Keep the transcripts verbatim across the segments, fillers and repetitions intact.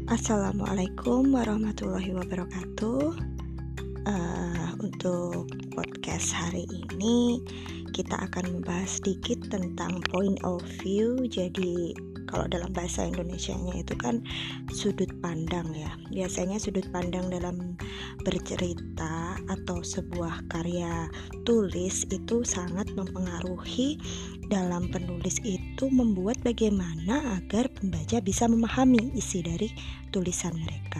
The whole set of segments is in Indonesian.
Assalamualaikum warahmatullahi wabarakatuh. Uh, untuk podcast hari ini kita akan membahas sedikit tentang point of view. Jadi kalau dalam bahasa Indonesianya itu kan sudut pandang ya. Biasanya sudut pandang dalam bercerita atau sebuah karya tulis itu sangat mempengaruhi dalam penulis itu membuat bagaimana agar pembaca bisa memahami isi dari tulisan mereka.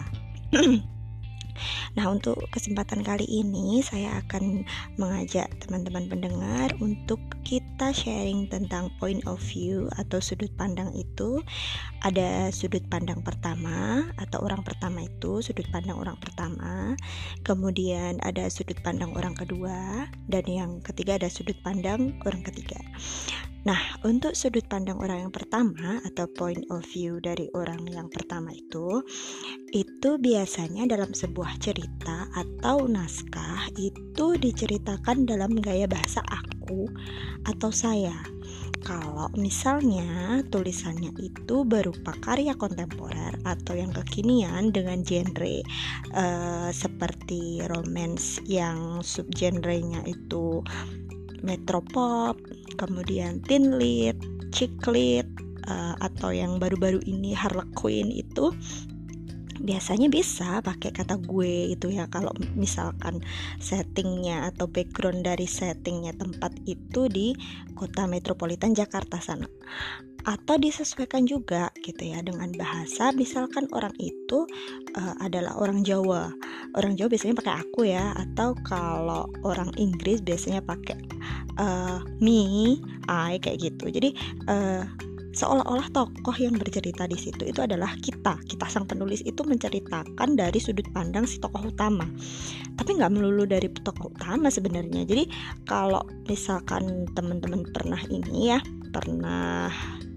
Nah, untuk kesempatan kali ini saya akan mengajak teman-teman pendengar untuk kita sharing tentang point of view atau sudut pandang itu. Ada sudut pandang pertama atau orang pertama itu sudut pandang orang pertama. Kemudian ada sudut pandang orang kedua, dan yang ketiga ada sudut pandang orang ketiga. Nah, untuk sudut pandang orang yang pertama atau point of view dari orang yang pertama itu itu biasanya dalam sebuah cerita atau naskah itu diceritakan dalam gaya bahasa aku atau saya. Kalau misalnya tulisannya itu berupa karya kontemporer atau yang kekinian dengan genre uh, seperti romance yang subgenrenya itu metropop, kemudian teen lit, chick lit, uh, atau yang baru-baru ini Harlequin itu biasanya bisa pakai kata gue itu ya. Kalau misalkan settingnya atau background dari settingnya tempat itu di kota metropolitan Jakarta sana, atau disesuaikan juga gitu ya dengan bahasa. Misalkan orang itu uh, adalah orang Jawa, orang Jawa biasanya pakai aku ya, atau kalau orang Inggris biasanya pakai uh, me, I kayak gitu. Jadi uh, seolah-olah tokoh yang bercerita di situ itu adalah kita, kita sang penulis itu menceritakan dari sudut pandang si tokoh utama. Tapi nggak melulu dari tokoh utama sebenarnya. Jadi kalau misalkan teman-teman pernah ini ya, pernah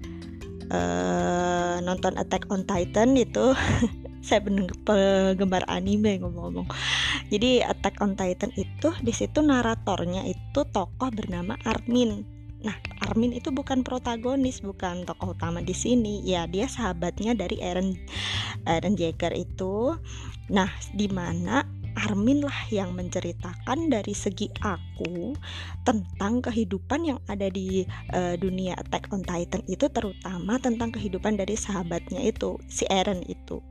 uh, nonton Attack on Titan itu, saya penggemar anime ngomong-ngomong. Jadi Attack on Titan itu di situ naratornya itu tokoh bernama Armin. Nah, Armin itu bukan protagonis, bukan tokoh utama di sini. Ya, dia sahabatnya dari Eren Eren Jaeger itu. Nah, di mana Armin lah yang menceritakan dari segi aku tentang kehidupan yang ada di uh, dunia Attack on Titan itu, terutama tentang kehidupan dari sahabatnya itu, si Eren itu.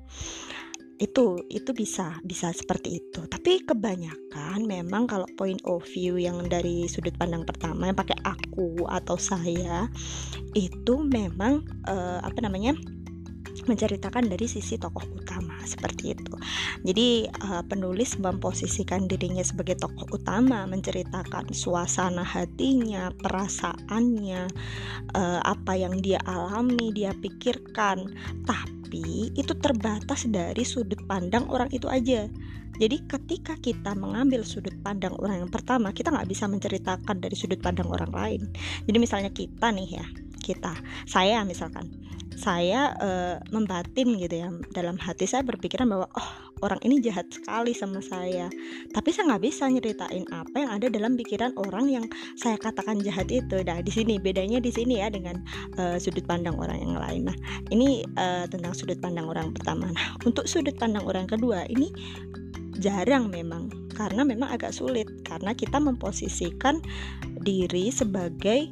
Itu itu bisa bisa seperti itu. Tapi kebanyakan memang kalau point of view yang dari sudut pandang pertama yang pakai aku atau saya itu memang uh, apa namanya menceritakan dari sisi tokoh utama seperti itu. Jadi uh, penulis memposisikan dirinya sebagai tokoh utama, menceritakan suasana hatinya, perasaannya, uh, apa yang dia alami, dia pikirkan. Tapi itu terbatas dari sudut pandang orang itu aja. Jadi ketika kita mengambil sudut pandang orang yang pertama, kita nggak bisa menceritakan dari sudut pandang orang lain. Jadi misalnya kita nih ya, kita, saya misalkan, saya e, membatin gitu ya, dalam hati saya berpikiran bahwa oh orang ini jahat sekali sama saya. Tapi saya nggak bisa nyeritain apa yang ada dalam pikiran orang yang saya katakan jahat itu. Nah di sini bedanya di sini ya dengan e, sudut pandang orang yang lain. Nah ini e, tentang sudut pandang orang pertama. Nah untuk sudut pandang orang kedua ini jarang memang, karena memang agak sulit karena kita memposisikan diri sebagai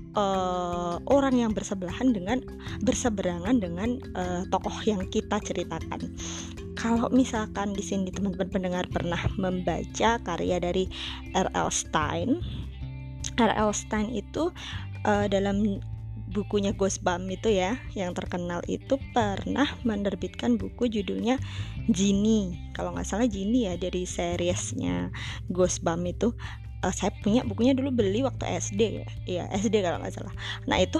Uh, orang yang bersebelahan dengan berseberangan dengan uh, tokoh yang kita ceritakan. Kalau misalkan di sini teman-teman pendengar pernah membaca karya dari R L Stine, R L Stine itu uh, dalam bukunya Ghostbump itu ya, yang terkenal itu pernah menerbitkan buku judulnya Ginny. Kalau nggak salah Ginny ya, dari seriesnya Ghostbump itu. Uh, saya punya bukunya dulu, beli waktu S D ya, ya S D kalau nggak salah. Nah itu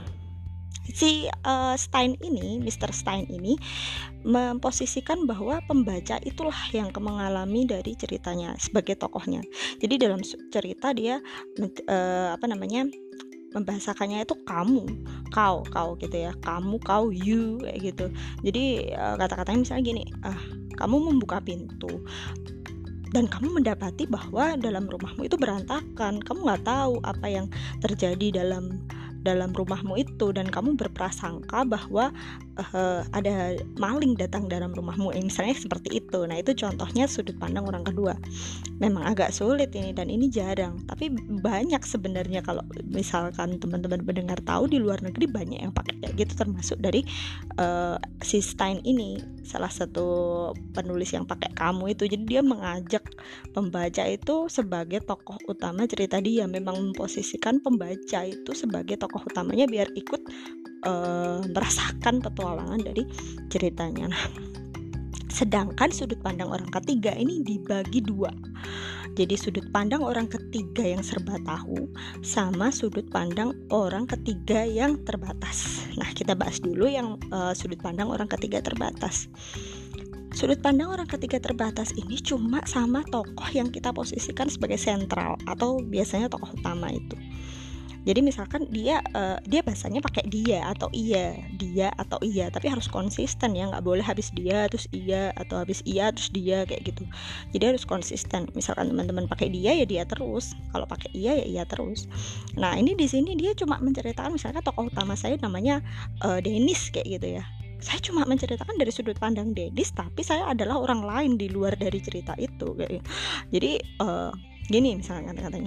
si uh, Stein ini, mister Stein ini memposisikan bahwa pembaca itulah yang mengalami dari ceritanya sebagai tokohnya. Jadi dalam cerita dia uh, apa namanya membahasakannya itu kamu, kau, kau gitu ya, kamu, kau, you kayak gitu. Jadi uh, kata-katanya misalnya gini, ah kamu membuka pintu dan kamu mendapati bahwa dalam rumahmu itu berantakan. Kamu nggak tahu apa yang terjadi dalam dalam rumahmu itu dan kamu berprasangka bahwa uh, ada maling datang dalam rumahmu, eh, misalnya seperti itu. Nah, itu contohnya sudut pandang orang kedua. Memang agak sulit ini dan ini jarang, tapi banyak sebenarnya. Kalau misalkan teman-teman mendengar tahu, di luar negeri banyak yang pakai kayak gitu, termasuk dari uh, si Stein ini, salah satu penulis yang pakai kamu itu. Jadi dia mengajak pembaca itu sebagai tokoh utama cerita dia, memang memposisikan pembaca itu sebagai tokoh utamanya biar ikut uh, merasakan petualangan dari ceritanya. Nah, sedangkan sudut pandang orang ketiga ini dibagi dua. Jadi sudut pandang orang ketiga yang serba tahu sama sudut pandang orang ketiga yang terbatas. Nah, kita bahas dulu yang uh, sudut pandang orang ketiga terbatas. Sudut pandang orang ketiga terbatas ini cuma sama tokoh yang kita posisikan sebagai sentral atau biasanya tokoh utama itu. Jadi misalkan dia uh, dia bahasanya pakai dia atau iya, dia atau iya, tapi harus konsisten ya, nggak boleh habis dia terus iya atau habis iya terus dia kayak gitu. Jadi harus konsisten. Misalkan teman-teman pakai dia ya dia terus, kalau pakai iya ya iya terus. Nah, ini di sini dia cuma menceritakan misalnya tokoh utama saya namanya uh, Dennis kayak gitu ya. Saya cuma menceritakan dari sudut pandang Dennis, tapi saya adalah orang lain di luar dari cerita itu kayak gitu. Jadi uh, gini misalnya kata-katanya.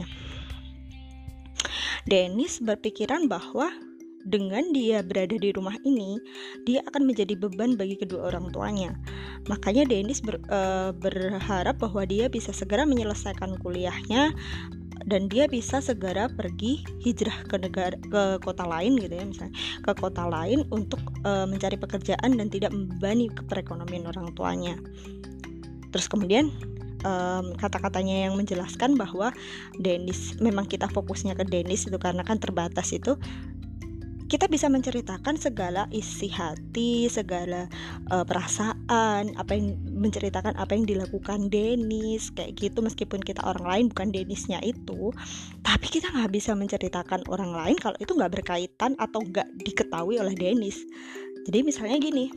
Dennis berpikiran bahwa dengan dia berada di rumah ini, dia akan menjadi beban bagi kedua orang tuanya. Makanya Dennis ber, uh, berharap bahwa dia bisa segera menyelesaikan kuliahnya dan dia bisa segera pergi hijrah ke negara, ke kota lain gitu ya, misalnya ke kota lain untuk uh, mencari pekerjaan dan tidak membebani perekonomian orang tuanya. Terus kemudian Um, kata-katanya yang menjelaskan bahwa Dennis, memang kita fokusnya ke Dennis itu karena kan terbatas itu, kita bisa menceritakan segala isi hati, segala uh, perasaan, apa yang menceritakan apa yang dilakukan Dennis kayak gitu, meskipun kita orang lain bukan Dennisnya itu, tapi kita nggak bisa menceritakan orang lain kalau itu nggak berkaitan atau nggak diketahui oleh Dennis. Jadi misalnya gini,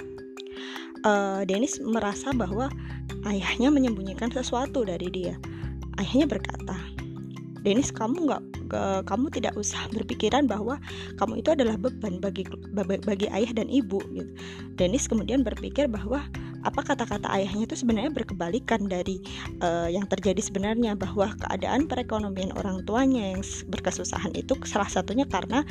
uh, Dennis merasa bahwa ayahnya menyembunyikan sesuatu dari dia. Ayahnya berkata, Dennis, kamu nggak, kamu tidak usah berpikiran bahwa kamu itu adalah beban bagi bagi ayah dan ibu. Gitu. Dennis kemudian berpikir bahwa apa kata-kata ayahnya itu sebenarnya berkebalikan dari uh, yang terjadi sebenarnya, bahwa keadaan perekonomian orang tuanya yang berkesusahan itu salah satunya karena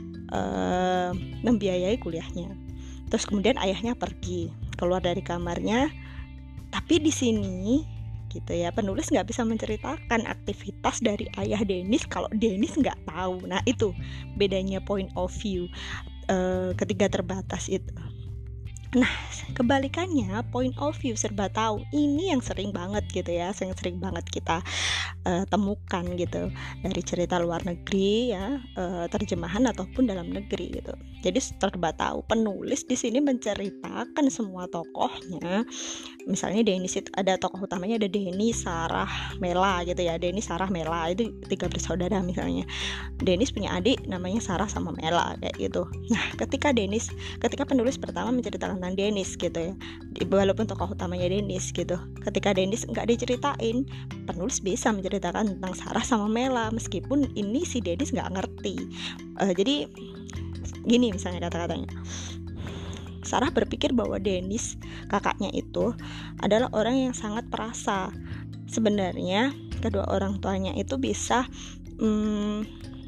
uh, membiayai kuliahnya. Terus kemudian ayahnya pergi keluar dari kamarnya. Tapi di sini gitu ya, penulis nggak bisa menceritakan aktivitas dari ayah Dennis kalau Dennis nggak tahu. Nah, itu bedanya point of view uh, ketiga terbatas itu. Nah, kebalikannya point of view serba tahu ini yang sering banget gitu ya, yang sering banget kita uh, temukan gitu dari cerita luar negeri ya, uh, terjemahan ataupun dalam negeri gitu. Jadi serba tahu, penulis di sini menceritakan semua tokohnya. Misalnya Dennis itu ada tokoh utamanya, ada Dennis, Sarah, Mela gitu ya. Dennis, Sarah, Mela itu tiga bersaudara misalnya. Dennis punya adik namanya Sarah sama Mela kayak gitu. Nah, ketika Dennis, ketika penulis pertama menceritakan tentang Dennis gitu ya, walaupun tokoh utamanya Dennis gitu, ketika Dennis nggak diceritain, penulis bisa menceritakan tentang Sarah sama Mela meskipun ini si Dennis nggak ngerti. Uh, jadi gini misalnya kata-katanya, Sarah berpikir bahwa Dennis, kakaknya itu, adalah orang yang sangat perasa. Sebenarnya kedua orang tuanya itu bisa hmm,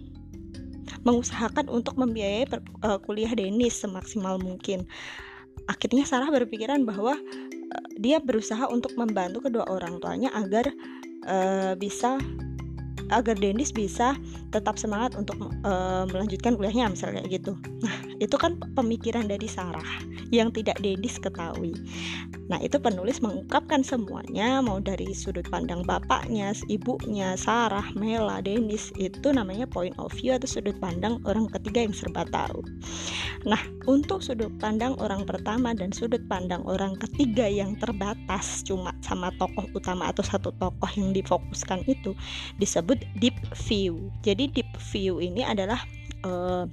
mengusahakan untuk membiayai per, uh, kuliah Dennis semaksimal mungkin. Akhirnya Sarah berpikiran bahwa uh, dia berusaha untuk membantu kedua orang tuanya agar uh, bisa agar Dennis bisa tetap semangat untuk uh, melanjutkan kuliahnya misalnya kayak gitu. Nah, itu kan pemikiran dari Sarah yang tidak Dennis ketahui. Nah, itu penulis mengungkapkan semuanya, mau dari sudut pandang bapaknya, ibunya, Sarah, Mela, Dennis, itu namanya point of view atau sudut pandang orang ketiga yang serba tahu. Nah, untuk sudut pandang orang pertama dan sudut pandang orang ketiga yang terbatas cuma sama tokoh utama atau satu tokoh yang difokuskan itu disebut deep view. Jadi deep view ini adalah uh,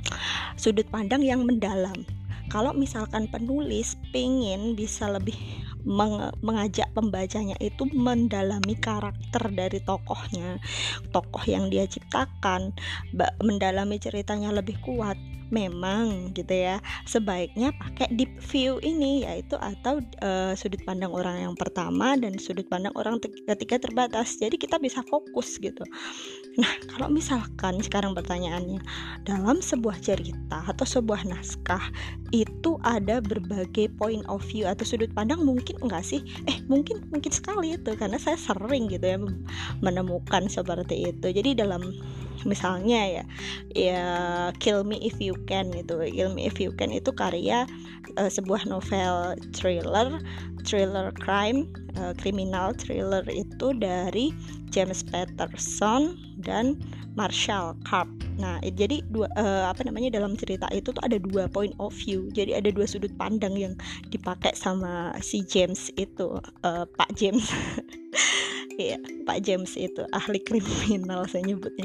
sudut pandang yang mendalam. Kalau misalkan penulis pengen bisa lebih meng- mengajak pembacanya itu mendalami karakter dari tokohnya, tokoh yang dia ciptakan, ba- mendalami ceritanya lebih kuat. Memang gitu ya, sebaiknya pakai deep view ini, yaitu atau uh, sudut pandang orang yang pertama dan sudut pandang orang te- ketiga terbatas. Jadi kita bisa fokus gitu. Nah, kalau misalkan sekarang pertanyaannya, dalam sebuah cerita atau sebuah naskah itu ada berbagai point of view atau sudut pandang, mungkin enggak sih? Eh, mungkin mungkin sekali itu, karena saya sering gitu ya menemukan seperti itu. Jadi dalam misalnya ya ya Kill Me If You Can itu Kill Me If You Can itu karya uh, sebuah novel thriller thriller crime uh, kriminal thriller itu dari James Patterson dan Marshall Karp. Nah, jadi dua uh, apa namanya dalam cerita itu tuh ada dua point of view. Jadi ada dua sudut pandang yang dipakai sama si James itu, uh, Pak James. Iya, Pak James itu ahli kriminal saya nyebutnya.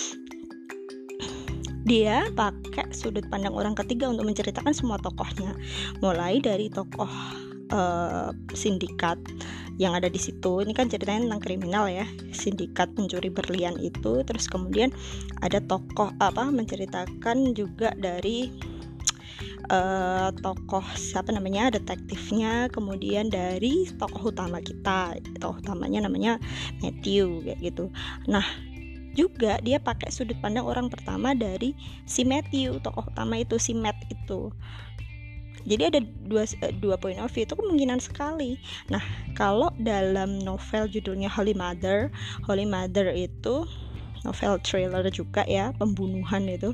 Dia pakai sudut pandang orang ketiga untuk menceritakan semua tokohnya, mulai dari tokoh uh, sindikat yang ada di situ. Ini kan ceritanya tentang kriminal ya, sindikat pencuri berlian itu. Terus kemudian ada tokoh apa menceritakan juga dari Uh, tokoh siapa namanya detektifnya, kemudian dari tokoh utama kita, tokoh utamanya namanya Matthew kayak gitu. Nah, juga dia pakai sudut pandang orang pertama dari si Matthew, tokoh utama itu, si Matt itu. Jadi ada dua dua point of view, itu kemungkinan sekali. Nah, kalau dalam novel judulnya Holy Mother, Holy Mother itu novel thriller juga ya, pembunuhan itu.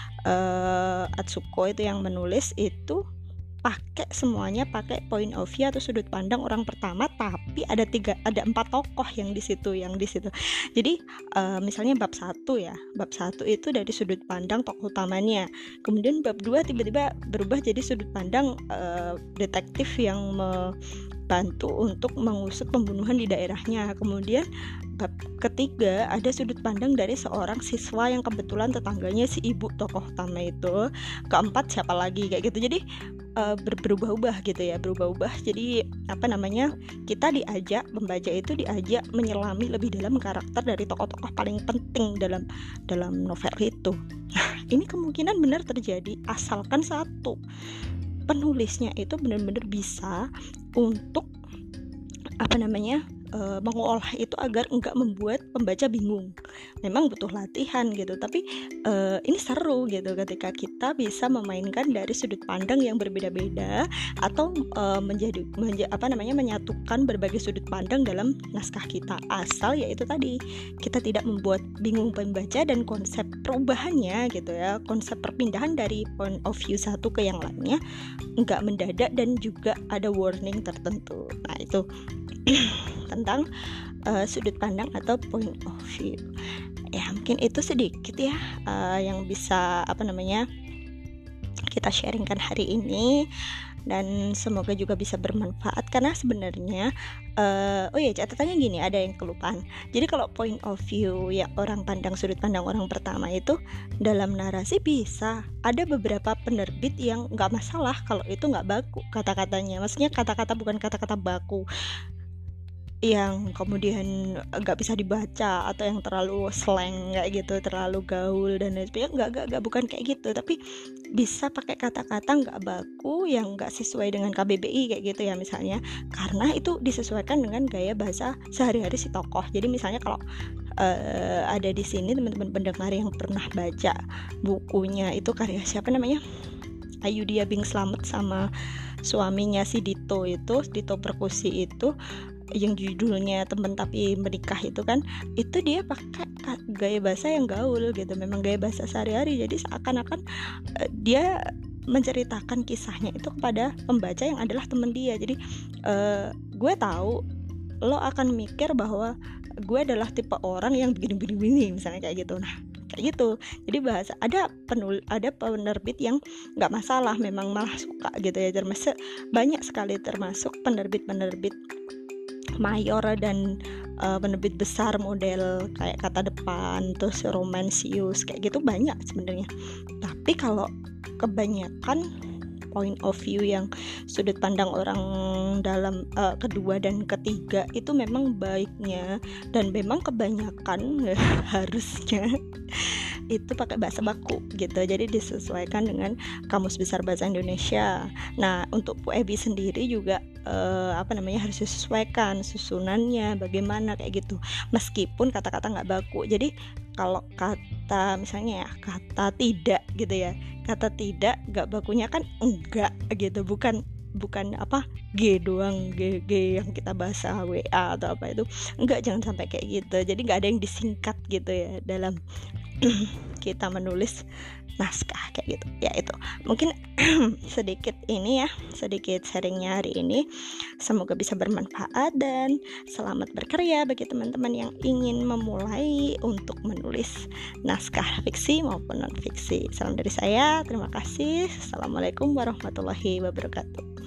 Uh, Atsuko itu yang menulis itu pakai semuanya pakai point of view atau sudut pandang orang pertama, tapi ada tiga ada empat tokoh yang di situ yang di situ. Jadi uh, misalnya bab satu ya, bab satu itu dari sudut pandang tokoh utamanya. Kemudian bab dua tiba-tiba berubah jadi sudut pandang uh, detektif yang membantu untuk mengusut pembunuhan di daerahnya. Kemudian bab ketiga ada sudut pandang dari seorang siswa yang kebetulan tetangganya si ibu tokoh utama itu. Keempat siapa lagi kayak gitu. Jadi uh, ber- berubah-ubah gitu ya, berubah-ubah. Jadi apa namanya, kita diajak membaca itu diajak menyelami lebih dalam karakter dari tokoh-tokoh paling penting dalam dalam novel itu. Nah, ini kemungkinan benar terjadi asalkan satu, penulisnya itu benar-benar bisa untuk apa namanya uh, mengolah itu agar enggak membuat pembaca bingung. Memang butuh latihan gitu, tapi uh, ini seru gitu ketika kita bisa memainkan dari sudut pandang yang berbeda-beda atau uh, menjadi menja, apa namanya menyatukan berbagai sudut pandang dalam naskah kita, asal yaitu tadi kita tidak membuat bingung pembaca dan konsep perubahannya gitu ya, konsep perpindahan dari point of view satu ke yang lainnya enggak mendadak dan juga ada warning tertentu. Nah, itu tentang uh, sudut pandang atau point of view. Ya, mungkin itu sedikit ya uh, yang bisa apa namanya kita sharingkan hari ini, dan semoga juga bisa bermanfaat, karena sebenarnya uh, oh ya catatannya gini, ada yang kelupaan. Jadi kalau point of view ya orang pandang sudut pandang orang pertama itu dalam narasi bisa ada beberapa penerbit yang nggak masalah kalau itu nggak baku kata-katanya, maksudnya kata-kata bukan kata-kata baku yang kemudian nggak bisa dibaca atau yang terlalu slang kayak gitu, terlalu gaul dan lain sebagainya. Nggak, nggak, nggak bukan kayak gitu, tapi bisa pakai kata-kata nggak baku yang nggak sesuai dengan K B B I kayak gitu ya misalnya, karena itu disesuaikan dengan gaya bahasa sehari-hari si tokoh. Jadi misalnya kalau uh, ada di sini teman-teman pendengar yang pernah baca bukunya itu karya siapa namanya, Ayudhya Bing Slamet sama suaminya si Dito itu, Dito Perkusi itu, yang judulnya Teman Tapi Menikah itu kan, itu dia pakai gaya bahasa yang gaul gitu, memang gaya bahasa sehari-hari. Jadi seakan-akan uh, dia menceritakan kisahnya itu kepada pembaca yang adalah teman dia. Jadi uh, gue tahu lo akan mikir bahwa gue adalah tipe orang yang begini-begini misalnya kayak gitu. Nah, kayak gitu. Jadi bahasa ada penul ada penerbit yang nggak masalah, memang malah suka gitu ya, termasuk banyak sekali, termasuk penerbit-penerbit mayor dan uh, penerbit besar model kayak Kata Depan, terus Romansius kayak gitu banyak sebenarnya. Tapi kalau kebanyakan point of view yang sudut pandang orang dalam uh, kedua dan ketiga itu memang baiknya, dan memang kebanyakan harusnya itu pakai bahasa baku gitu, jadi disesuaikan dengan Kamus Besar Bahasa Indonesia. Nah untuk Bu Ebi sendiri juga eh, apa namanya harus disesuaikan susunannya bagaimana kayak gitu, meskipun kata-kata nggak baku. Jadi kalau kata misalnya ya kata tidak gitu ya, kata tidak nggak bakunya kan enggak gitu, bukan bukan apa G doang, G, G yang kita bahasa W A atau apa itu, enggak, jangan sampai kayak gitu. Jadi nggak ada yang disingkat gitu ya dalam kita menulis naskah kayak gitu ya. Itu mungkin sedikit ini ya, sedikit sharingnya hari ini, semoga bisa bermanfaat dan selamat berkarya bagi teman-teman yang ingin memulai untuk menulis naskah fiksi maupun non fiksi. Salam dari saya, terima kasih. Assalamualaikum warahmatullahi wabarakatuh.